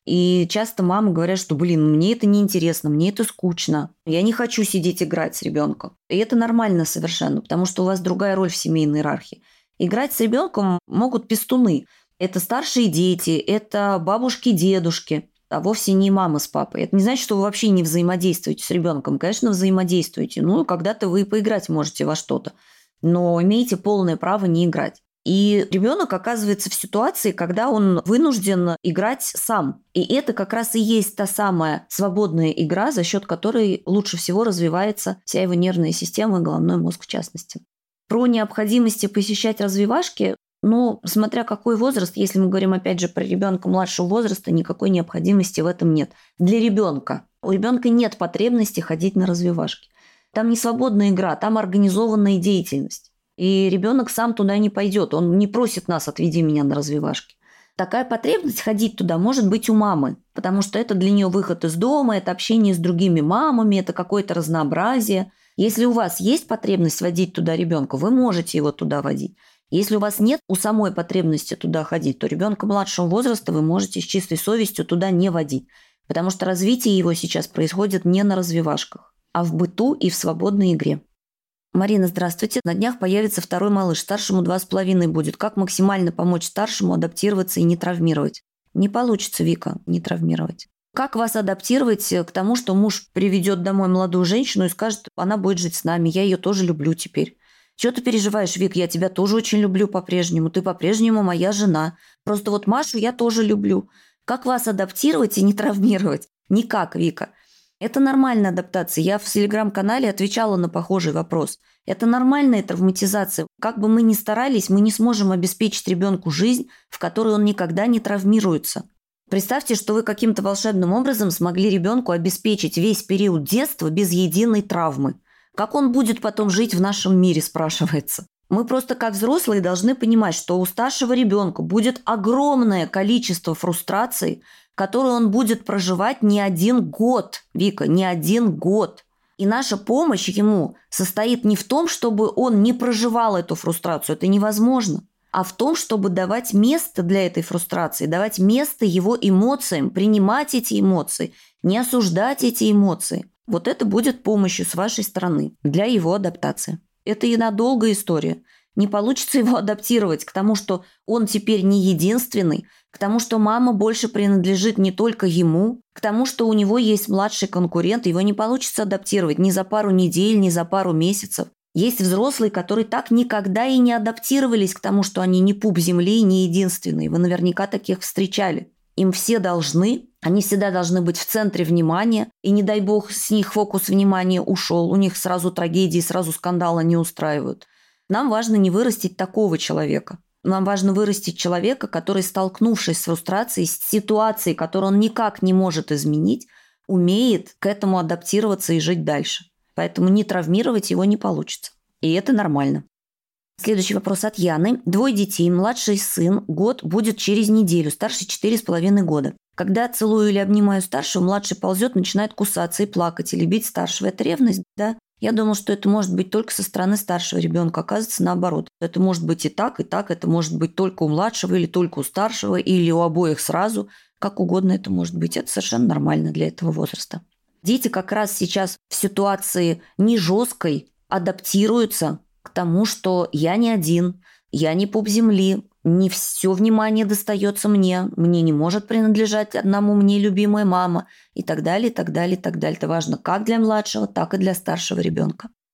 И часто мамы говорят, что, блин, мне это неинтересно, мне это скучно, я не хочу сидеть играть с ребенком. И это нормально совершенно, потому что у вас другая роль в семейной иерархии. Играть с ребенком могут пестуны. Это старшие дети, это бабушки, дедушки, а вовсе не мама с папой. Это не значит, что вы вообще не взаимодействуете с ребенком. Конечно, взаимодействуете. Ну, когда-то вы поиграть можете во что-то, но имеете полное право не играть. И ребенок оказывается в ситуации, когда он вынужден играть сам. И это как раз и есть та самая свободная игра, за счет которой лучше всего развивается вся его нервная система и головной мозг в частности. Про необходимости посещать развивашки, ну, смотря какой возраст, если мы говорим опять же про ребенка младшего возраста, никакой необходимости в этом нет. Для ребенка. У ребенка нет потребности ходить на развивашки. Там не свободная игра, там организованная деятельность. И ребенок сам туда не пойдет. Он не просит нас: отведи меня на развивашки. Такая потребность ходить туда может быть у мамы, потому что это для нее выход из дома, это общение с другими мамами, это какое-то разнообразие. Если у вас есть потребность водить туда ребенка, вы можете его туда водить. Если у вас нет у самой потребности туда ходить, то ребенка младшего возраста вы можете с чистой совестью туда не водить, потому что развитие его сейчас происходит не на развивашках, а в быту и в свободной игре. Марина, здравствуйте. На днях появится второй малыш. Старшему два с половиной будет. Как максимально помочь старшему адаптироваться и не травмировать? Не получится, Вика, не травмировать. Как вас адаптировать к тому, что муж приведет домой молодую женщину и скажет: она будет жить с нами, я ее тоже люблю теперь? Чего ты переживаешь, Вик? Я тебя тоже очень люблю по-прежнему. Ты по-прежнему моя жена. Просто вот Машу я тоже люблю. Как вас адаптировать и не травмировать? Никак, Вика. Это нормальная адаптация. Я в телеграм-канале отвечала на похожий вопрос. Это нормальная травматизация. Как бы мы ни старались, мы не сможем обеспечить ребенку жизнь, в которой он никогда не травмируется. Представьте, что вы каким-то волшебным образом смогли ребенку обеспечить весь период детства без единой травмы. Как он будет потом жить в нашем мире, спрашивается. Мы просто как взрослые должны понимать, что у старшего ребенка будет огромное количество фрустраций, которую он будет проживать не один год, Вика, не один год. И наша помощь ему состоит не в том, чтобы он не проживал эту фрустрацию, это невозможно, а в том, чтобы давать место для этой фрустрации, давать место его эмоциям, принимать эти эмоции, не осуждать эти эмоции. Вот это будет помощью с вашей стороны для его адаптации. Это и надолго история. Не получится его адаптировать к тому, что он теперь не единственный, к тому, что мама больше принадлежит не только ему, к тому, что у него есть младший конкурент. Его не получится адаптировать ни за пару недель, ни за пару месяцев. Есть взрослые, которые так никогда и не адаптировались к тому, что они не пуп земли и не единственные. Вы наверняка таких встречали. Им все должны, они всегда должны быть в центре внимания. И не дай бог с них фокус внимания ушел. У них сразу трагедии, сразу скандалы не устраивают. Нам важно не вырастить такого человека. Нам важно вырастить человека, который, столкнувшись с фрустрацией, с ситуацией, которую он никак не может изменить, умеет к этому адаптироваться и жить дальше. Поэтому не травмировать его не получится. И это нормально. Следующий вопрос от Яны. Двое детей, младший сын, год будет через неделю, старший четыре с половиной года. Когда целую или обнимаю старшего, младший ползет, начинает кусаться и плакать, или бить старшего. Это ревность, да? Я думала, что это может быть только со стороны старшего ребенка. Оказывается, наоборот. Это может быть и так, и так. Это может быть только у младшего, или только у старшего, или у обоих сразу. Как угодно это может быть. Это совершенно нормально для этого возраста. Дети как раз сейчас в ситуации не жесткой адаптируются к тому, что я не один, я не пуп земли, не все внимание достается мне, мне не может принадлежать одному мне любимая мама и так далее, и так далее, и так далее. Это важно как для младшего, так и для старшего ребенка.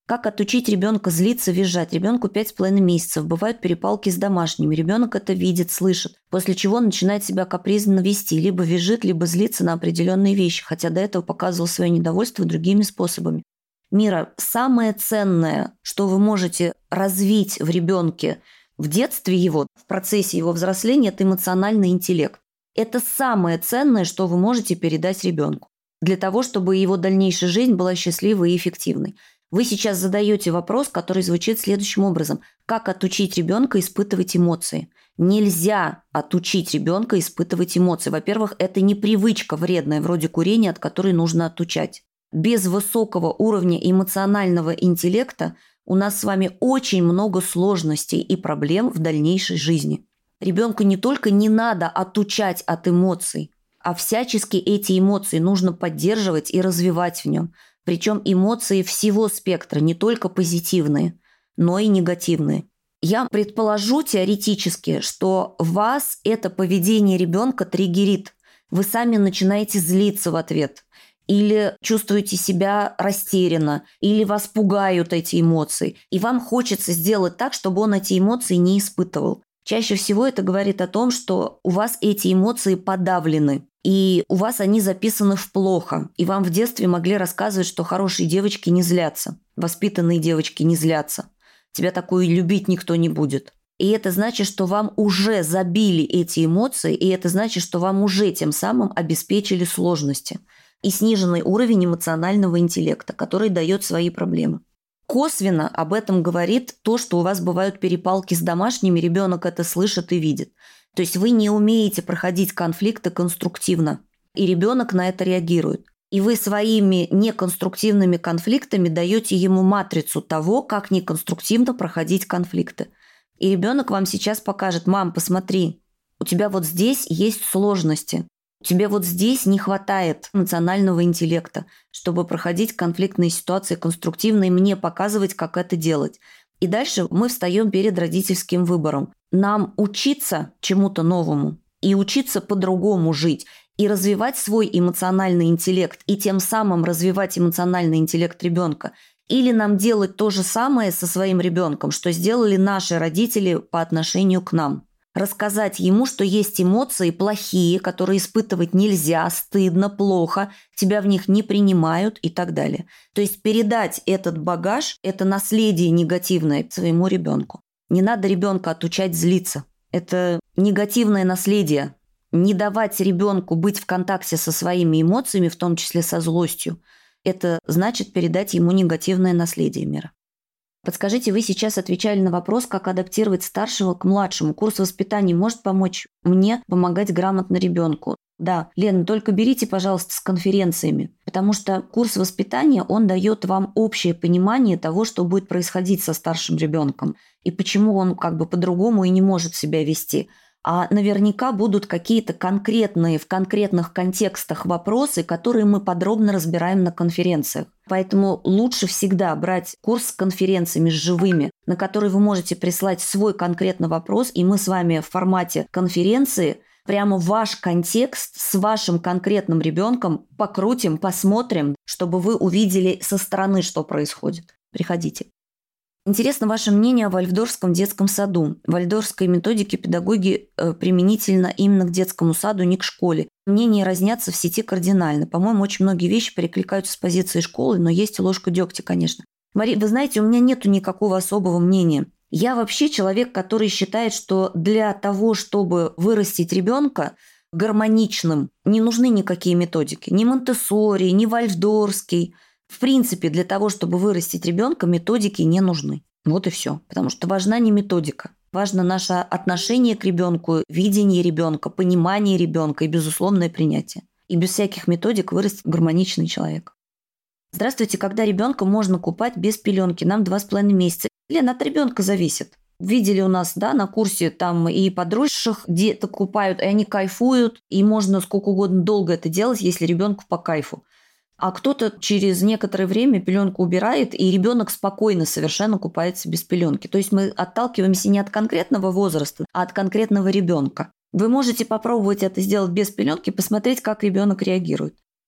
Как отучить ребенка злиться, визжать? Ребенку пять с половиной месяцев, бывают перепалки с домашними. Ребенок это видит, слышит, после чего начинает себя капризно вести, либо визжит, либо злится на определенные вещи, хотя до этого показывал свое недовольство другими способами. Мира, самое ценное, что вы можете развить в ребенке в детстве его, в процессе его взросления, это эмоциональный интеллект. Это самое ценное, что вы можете передать ребенку для того, чтобы его дальнейшая жизнь была счастливой и эффективной. Вы сейчас задаете вопрос, который звучит следующим образом. Как отучить ребенка испытывать эмоции? Нельзя отучить ребенка испытывать эмоции. Во-первых, это не привычка вредная, вроде курения, от которой нужно отучать. Без высокого уровня эмоционального интеллекта у нас с вами очень много сложностей и проблем в дальнейшей жизни. Ребенку не только не надо отучать от эмоций, а всячески эти эмоции нужно поддерживать и развивать в нем. Причем эмоции всего спектра, не только позитивные, но и негативные. Я предположу теоретически, что вас это поведение ребенка триггерит. Вы сами начинаете злиться в ответ. Или чувствуете себя растерянно, или вас пугают эти эмоции. И вам хочется сделать так, чтобы он эти эмоции не испытывал. Чаще всего это говорит о том, что у вас эти эмоции подавлены. И у вас они записаны в плохо. И вам в детстве могли рассказывать, что хорошие девочки не злятся, воспитанные девочки не злятся. Тебя такую любить никто не будет. И это значит, что вам уже забили эти эмоции, и это значит, что вам уже тем самым обеспечили сложности и сниженный уровень эмоционального интеллекта, который дает свои проблемы. Косвенно об этом говорит то, что у вас бывают перепалки с домашними, ребенок это слышит и видит. То есть вы не умеете проходить конфликты конструктивно, и ребенок на это реагирует. И вы своими неконструктивными конфликтами даете ему матрицу того, как неконструктивно проходить конфликты. И ребенок вам сейчас покажет: мам, посмотри, у тебя вот здесь есть сложности, тебе вот здесь не хватает эмоционального интеллекта, чтобы проходить конфликтные ситуации конструктивно и мне показывать, как это делать. И дальше мы встаем перед родительским выбором. Нам учиться чему-то новому и учиться по-другому жить, и развивать свой эмоциональный интеллект, и тем самым развивать эмоциональный интеллект ребенка. Или нам делать то же самое со своим ребенком, что сделали наши родители по отношению к нам. Рассказать ему, что есть эмоции плохие, которые испытывать нельзя, стыдно, плохо, тебя в них не принимают и так далее. То есть передать этот багаж, это наследие негативное своему ребенку. Не надо ребенка отучать злиться. Это негативное наследие. Не давать ребенку быть в контакте со своими эмоциями, в том числе со злостью, это значит передать ему негативное наследие мира. Подскажите, вы сейчас отвечали на вопрос, как адаптировать старшего к младшему. Курс воспитания может помочь мне помогать грамотно ребенку? Да, Лена, только берите, пожалуйста, с конференциями, потому что курс воспитания, он дает вам общее понимание того, что будет происходить со старшим ребенком и почему он как бы по-другому и не может себя вести. А наверняка будут какие-то конкретные, в конкретных контекстах вопросы, которые мы подробно разбираем на конференциях. Поэтому лучше всегда брать курс с конференциями, с живыми, на которые вы можете прислать свой конкретный вопрос, и мы с вами в формате конференции прямо ваш контекст с вашим конкретным ребенком покрутим, посмотрим, чтобы вы увидели со стороны, что происходит. Приходите. Интересно ваше мнение о вальдорфском детском саду. Вальдорфской методике педагоги э, применительно именно к детскому саду, не к школе. Мнения разнятся в сети кардинально. По-моему, очень многие вещи перекликаются с позиции школы, но есть и ложка дегтя, конечно. Мария, вы знаете, у меня нету никакого особого мнения. Я вообще человек, который считает, что для того, чтобы вырастить ребенка гармоничным, не нужны никакие методики. Ни Монтессори, ни Вальдорфский. В принципе, для того, чтобы вырастить ребенка, методики не нужны. Вот и все. Потому что важна не методика. Важно наше отношение к ребенку, видение ребенка, понимание ребенка и безусловное принятие. И без всяких методик вырастет гармоничный человек. Здравствуйте, когда ребенка можно купать без пеленки? Нам два с половиной месяца. Лен, от ребенка зависит. Видели у нас, да, на курсе там и подросших где-то купают, и они кайфуют, и можно сколько угодно долго это делать, если ребенку по кайфу. А кто-то через некоторое время пеленку убирает, и ребенок спокойно совершенно купается без пеленки. То есть мы отталкиваемся не от конкретного возраста, а от конкретного ребенка. Вы можете попробовать это сделать без пеленки, посмотреть, как ребенок реагирует.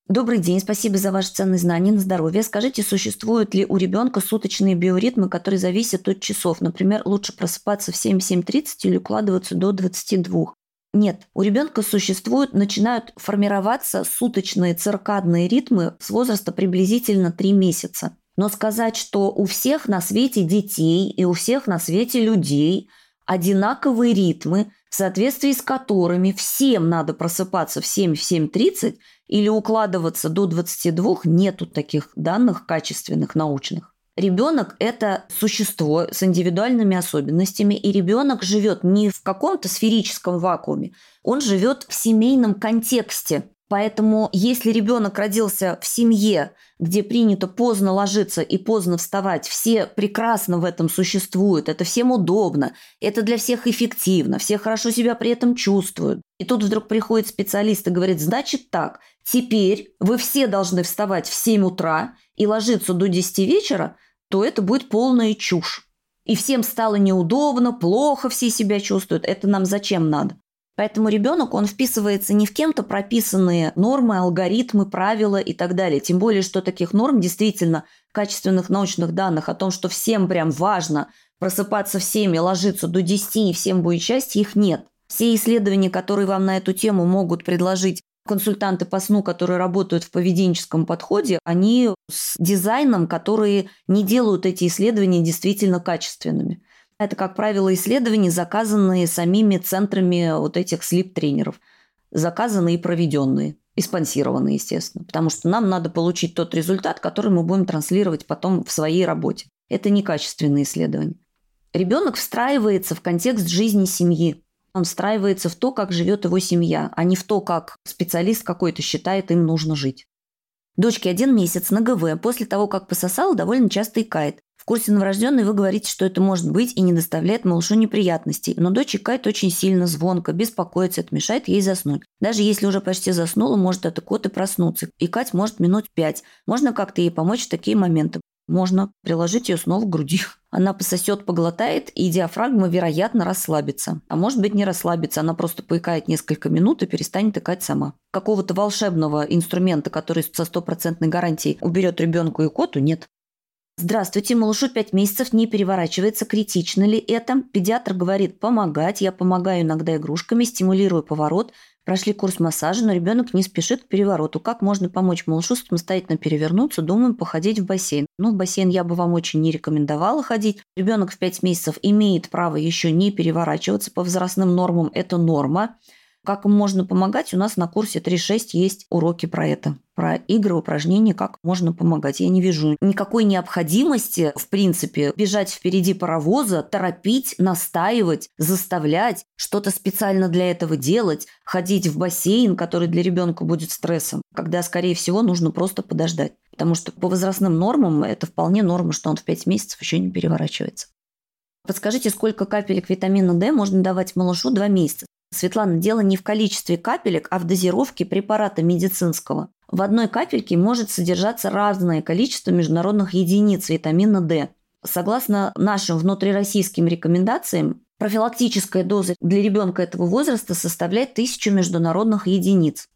Добрый день, спасибо за ваши ценные знания на здоровье. Скажите, существуют ли у ребенка суточные биоритмы, которые зависят от часов? Например, лучше просыпаться в семь-семь тридцать или укладываться до двадцати двух? Нет, у ребенка существуют, начинают формироваться суточные циркадные ритмы с возраста приблизительно три месяца. Но сказать, что у всех на свете детей и у всех на свете людей одинаковые ритмы, в соответствии с которыми всем надо просыпаться в семь-семь тридцать или укладываться до двадцати двух, нету таких данных качественных, научных. Ребенок – это существо с индивидуальными особенностями, и ребенок живет не в каком-то сферическом вакууме, он живет в семейном контексте. Поэтому если ребенок родился в семье, где принято поздно ложиться и поздно вставать, все прекрасно в этом существуют, это всем удобно, это для всех эффективно, все хорошо себя при этом чувствуют. И тут вдруг приходит специалист и говорит: значит так, теперь вы все должны вставать в семь утра и ложиться до десяти вечера, то это будет полная чушь. И всем стало неудобно, плохо все себя чувствуют. Это нам зачем надо? Поэтому ребенок, он вписывается не в кем-то прописанные нормы, алгоритмы, правила и так далее. Тем более, что таких норм, действительно качественных научных данных о том, что всем прям важно просыпаться в семь и ложиться до десяти, и всем будет счастье, их нет. Все исследования, которые вам на эту тему могут предложить консультанты по сну, которые работают в поведенческом подходе, они с дизайном, которые не делают эти исследования действительно качественными. Это, как правило, исследования, заказанные самими центрами вот этих слип-тренеров. Заказанные и проведенные. И спонсированные, естественно. Потому что нам надо получить тот результат, который мы будем транслировать потом в своей работе. Это некачественные исследования. Ребенок встраивается в контекст жизни семьи. Он встраивается в то, как живет его семья, а не в то, как специалист какой-то считает, им нужно жить. Дочке один месяц на ГВ. После того, как пососала, довольно часто икает. В курсе новорожденной вы говорите, что это может быть и не доставляет малышу неприятностей. Но дочь икает очень сильно, звонко, беспокоится, это мешает ей заснуть. Даже если уже почти заснула, может от икоты проснуться. Икать может минут пять. Можно как-то ей помочь в такие моменты? Можно приложить ее снова к груди. Она пососет, поглотает, и диафрагма, вероятно, расслабится. А может быть, не расслабится, она просто поикает несколько минут и перестанет икать сама. Какого-то волшебного инструмента, который со стопроцентной гарантией уберет ребенку икоту, нет. Здравствуйте, малышу пять месяцев, не переворачивается, критично ли это? Педиатр говорит помогать, я помогаю иногда игрушками, стимулирую поворот. Прошли курс массажа, но ребенок не спешит к перевороту. Как можно помочь малышу самостоятельно перевернуться? Думаем, походить в бассейн. Ну, в бассейн я бы вам очень не рекомендовала ходить. Ребенок в пять месяцев имеет право еще не переворачиваться по возрастным нормам. Это норма. Как им можно помогать? У нас на курсе три шесть есть уроки про это. Про игры, упражнения, как можно помогать. Я не вижу никакой необходимости, в принципе, бежать впереди паровоза, торопить, настаивать, заставлять, что-то специально для этого делать, ходить в бассейн, который для ребенка будет стрессом, когда, скорее всего, нужно просто подождать. Потому что по возрастным нормам это вполне норма, что он в пять месяцев еще не переворачивается. Подскажите, сколько капелек витамина D можно давать малышу два месяца? Светлана, дело не в количестве капелек, а в дозировке препарата медицинского. В одной капельке может содержаться разное количество международных единиц витамина D. Согласно нашим внутрироссийским рекомендациям, профилактическая доза для ребенка этого возраста составляет тысячу международных единиц.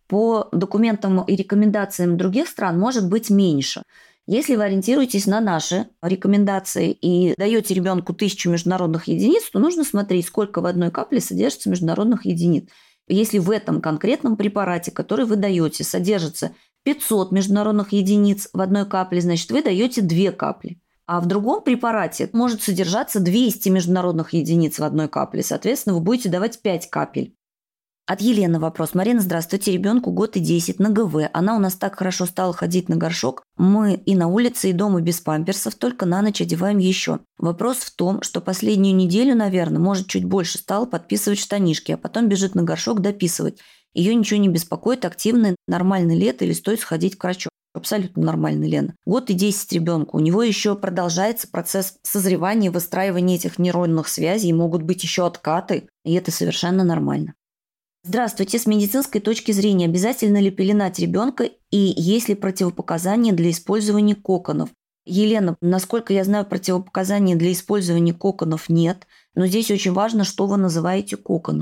По документам и рекомендациям других стран может быть меньше. Если вы ориентируетесь на наши рекомендации и даете ребенку тысячу международных единиц, то нужно смотреть, сколько в одной капле содержится международных единиц. Если в этом конкретном препарате, который вы даете, содержится пятьсот международных единиц в одной капле, значит, вы даете две капли. А в другом препарате может содержаться двести международных единиц в одной капле. Соответственно, вы будете давать пять капель. От Елены вопрос. Марина, здравствуйте. Ребенку год и десять на ГВ. Она у нас так хорошо стала ходить на горшок. Мы и на улице, и дома без памперсов, только на ночь одеваем еще. Вопрос в том, что последнюю неделю, наверное, может, чуть больше стала подписывать штанишки, а потом бежит на горшок дописывать. Ее ничего не беспокоит, активный, нормальный лет или стоит сходить к врачу. Абсолютно нормальный, Лена. Год и десять ребенку. У него еще продолжается процесс созревания, выстраивания этих нейронных связей. Могут быть еще откаты, и это совершенно нормально. Здравствуйте. С медицинской точки зрения, обязательно ли пеленать ребенка и есть ли противопоказания для использования коконов? Елена, насколько я знаю, противопоказаний для использования коконов нет, но здесь очень важно, что вы называете коконом.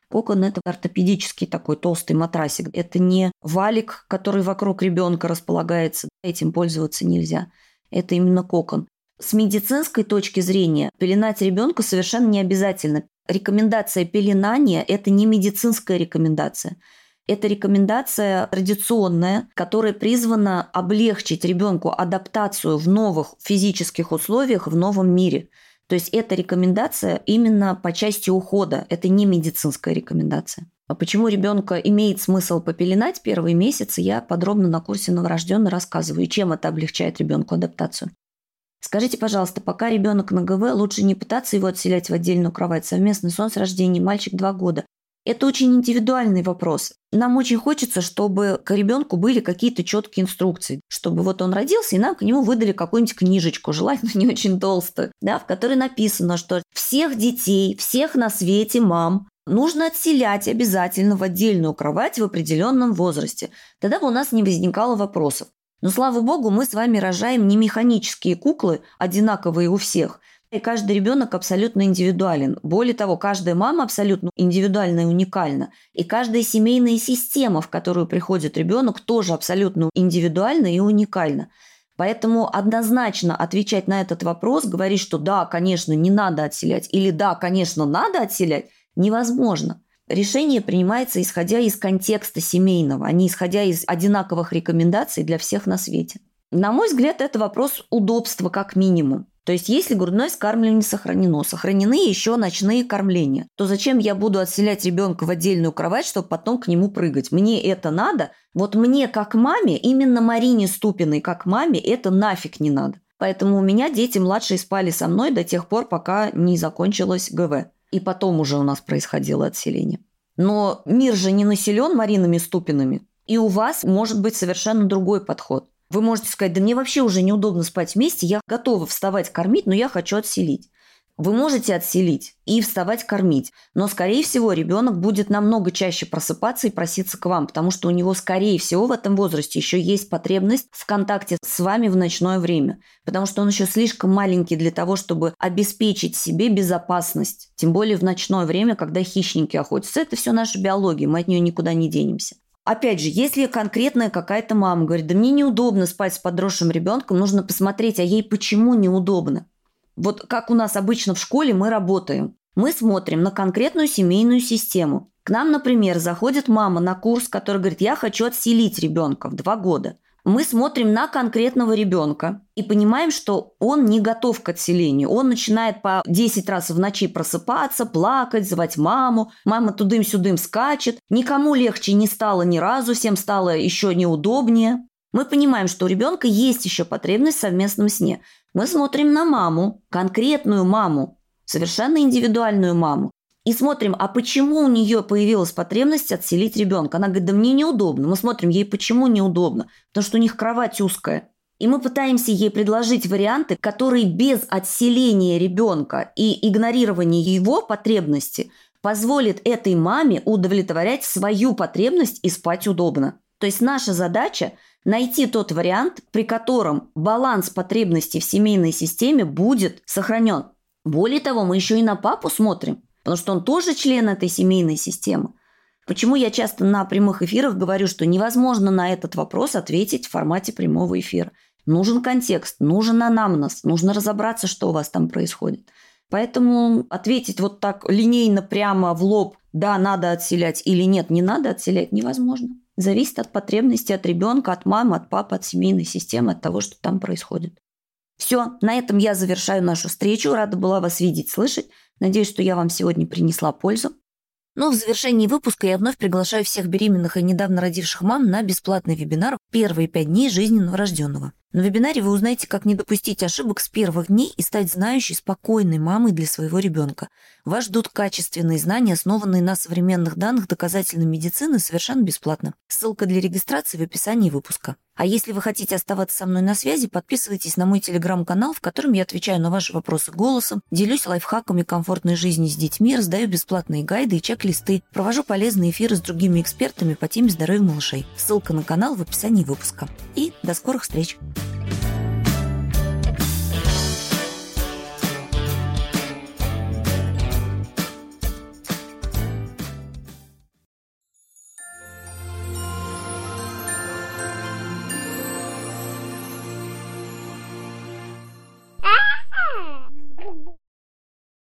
Кокон – это ортопедический такой толстый матрасик. Это не валик, который вокруг ребенка располагается. Этим пользоваться нельзя. Это именно кокон. С медицинской точки зрения пеленать ребенка совершенно не обязательно. Рекомендация пеленания – это не медицинская рекомендация. Это рекомендация традиционная, которая призвана облегчить ребенку адаптацию в новых физических условиях в новом мире. То есть эта рекомендация именно по части ухода, это не медицинская рекомендация. А почему ребенка имеет смысл попеленать первые месяцы, я подробно на курсе новорожденный рассказываю, и чем это облегчает ребенку адаптацию. Скажите, пожалуйста, пока ребенок на ГВ, лучше не пытаться его отселять в отдельную кровать, совместный сон с рождения, мальчик два года. Это очень индивидуальный вопрос. Нам очень хочется, чтобы к ребенку были какие-то четкие инструкции, чтобы вот он родился, и нам к нему выдали какую-нибудь книжечку, желательно не очень толстую, да, в которой написано, что всех детей, всех на свете мам нужно отселять обязательно в отдельную кровать в определенном возрасте. Тогда бы у нас не возникало вопросов. Но, слава богу, мы с вами рожаем не механические куклы, одинаковые у всех. И каждый ребенок абсолютно индивидуален. Более того, каждая мама абсолютно индивидуальна и уникальна. И каждая семейная система, в которую приходит ребенок, тоже абсолютно индивидуальна и уникальна. Поэтому однозначно отвечать на этот вопрос, говорить, что да, конечно, не надо отселять, или да, конечно, надо отселять, невозможно. Решение принимается исходя из контекста семейного, а не исходя из одинаковых рекомендаций для всех на свете. На мой взгляд, это вопрос удобства как минимум. То есть, если грудное вскармливание сохранено, сохранены еще ночные кормления, то зачем я буду отселять ребенка в отдельную кровать, чтобы потом к нему прыгать? Мне это надо? Вот мне как маме, именно Марине Ступиной как маме, это нафиг не надо. Поэтому у меня дети младшие спали со мной до тех пор, пока не закончилось ГВ. И потом уже у нас происходило отселение. Но мир же не населен Маринами Ступинами. И у вас может быть совершенно другой подход. Вы можете сказать, да мне вообще уже неудобно спать вместе, я готова вставать кормить, но я хочу отселить. Вы можете отселить и вставать кормить, но, скорее всего, ребенок будет намного чаще просыпаться и проситься к вам, потому что у него, скорее всего, в этом возрасте еще есть потребность в контакте с вами в ночное время, потому что он еще слишком маленький для того, чтобы обеспечить себе безопасность, тем более в ночное время, когда хищники охотятся. Это все наша биология, мы от нее никуда не денемся. Опять же, если конкретная какая-то мама говорит, да мне неудобно спать с подросшим ребенком, нужно посмотреть, а ей почему неудобно. Вот как у нас обычно в школе мы работаем. Мы смотрим на конкретную семейную систему. К нам, например, заходит мама на курс, которая говорит, я хочу отселить ребенка в два года. Мы смотрим на конкретного ребенка и понимаем, что он не готов к отселению. Он начинает по десять раз в ночи просыпаться, плакать, звать маму. Мама тудым-сюдым скачет. Никому легче не стало ни разу, всем стало еще неудобнее. Мы понимаем, что у ребенка есть еще потребность в совместном сне. Мы смотрим на маму, конкретную маму, совершенно индивидуальную маму. И смотрим, а почему у нее появилась потребность отселить ребенка. Она говорит, да мне неудобно. Мы смотрим, ей почему неудобно. Потому что у них кровать узкая. И мы пытаемся ей предложить варианты, которые без отселения ребенка и игнорирования его потребности позволят этой маме удовлетворять свою потребность и спать удобно. То есть наша задача найти тот вариант, при котором баланс потребностей в семейной системе будет сохранен. Более того, мы еще и на папу смотрим, потому что он тоже член этой семейной системы. Почему я часто на прямых эфирах говорю, что невозможно на этот вопрос ответить в формате прямого эфира. Нужен контекст, нужен анамнез, нужно разобраться, что у вас там происходит. Поэтому ответить вот так линейно прямо в лоб, да, надо отселять или нет, не надо отселять, невозможно. Зависит от потребностей, от ребенка, от мамы, от папы, от семейной системы, от того, что там происходит. Все, на этом я завершаю нашу встречу. Рада была вас видеть, слышать. Надеюсь, что я вам сегодня принесла пользу. Но в завершении выпуска я вновь приглашаю всех беременных и недавно родивших мам на бесплатный вебинар «Первые пять дней жизни новорожденного». На вебинаре вы узнаете, как не допустить ошибок с первых дней и стать знающей, спокойной мамой для своего ребенка. Вас ждут качественные знания, основанные на современных данных доказательной медицины, совершенно бесплатно. Ссылка для регистрации в описании выпуска. А если вы хотите оставаться со мной на связи, подписывайтесь на мой телеграм-канал, в котором я отвечаю на ваши вопросы голосом, делюсь лайфхаками комфортной жизни с детьми, раздаю бесплатные гайды и чек-листы, провожу полезные эфиры с другими экспертами по теме здоровья малышей. Ссылка на канал в описании выпуска. И до скорых встреч!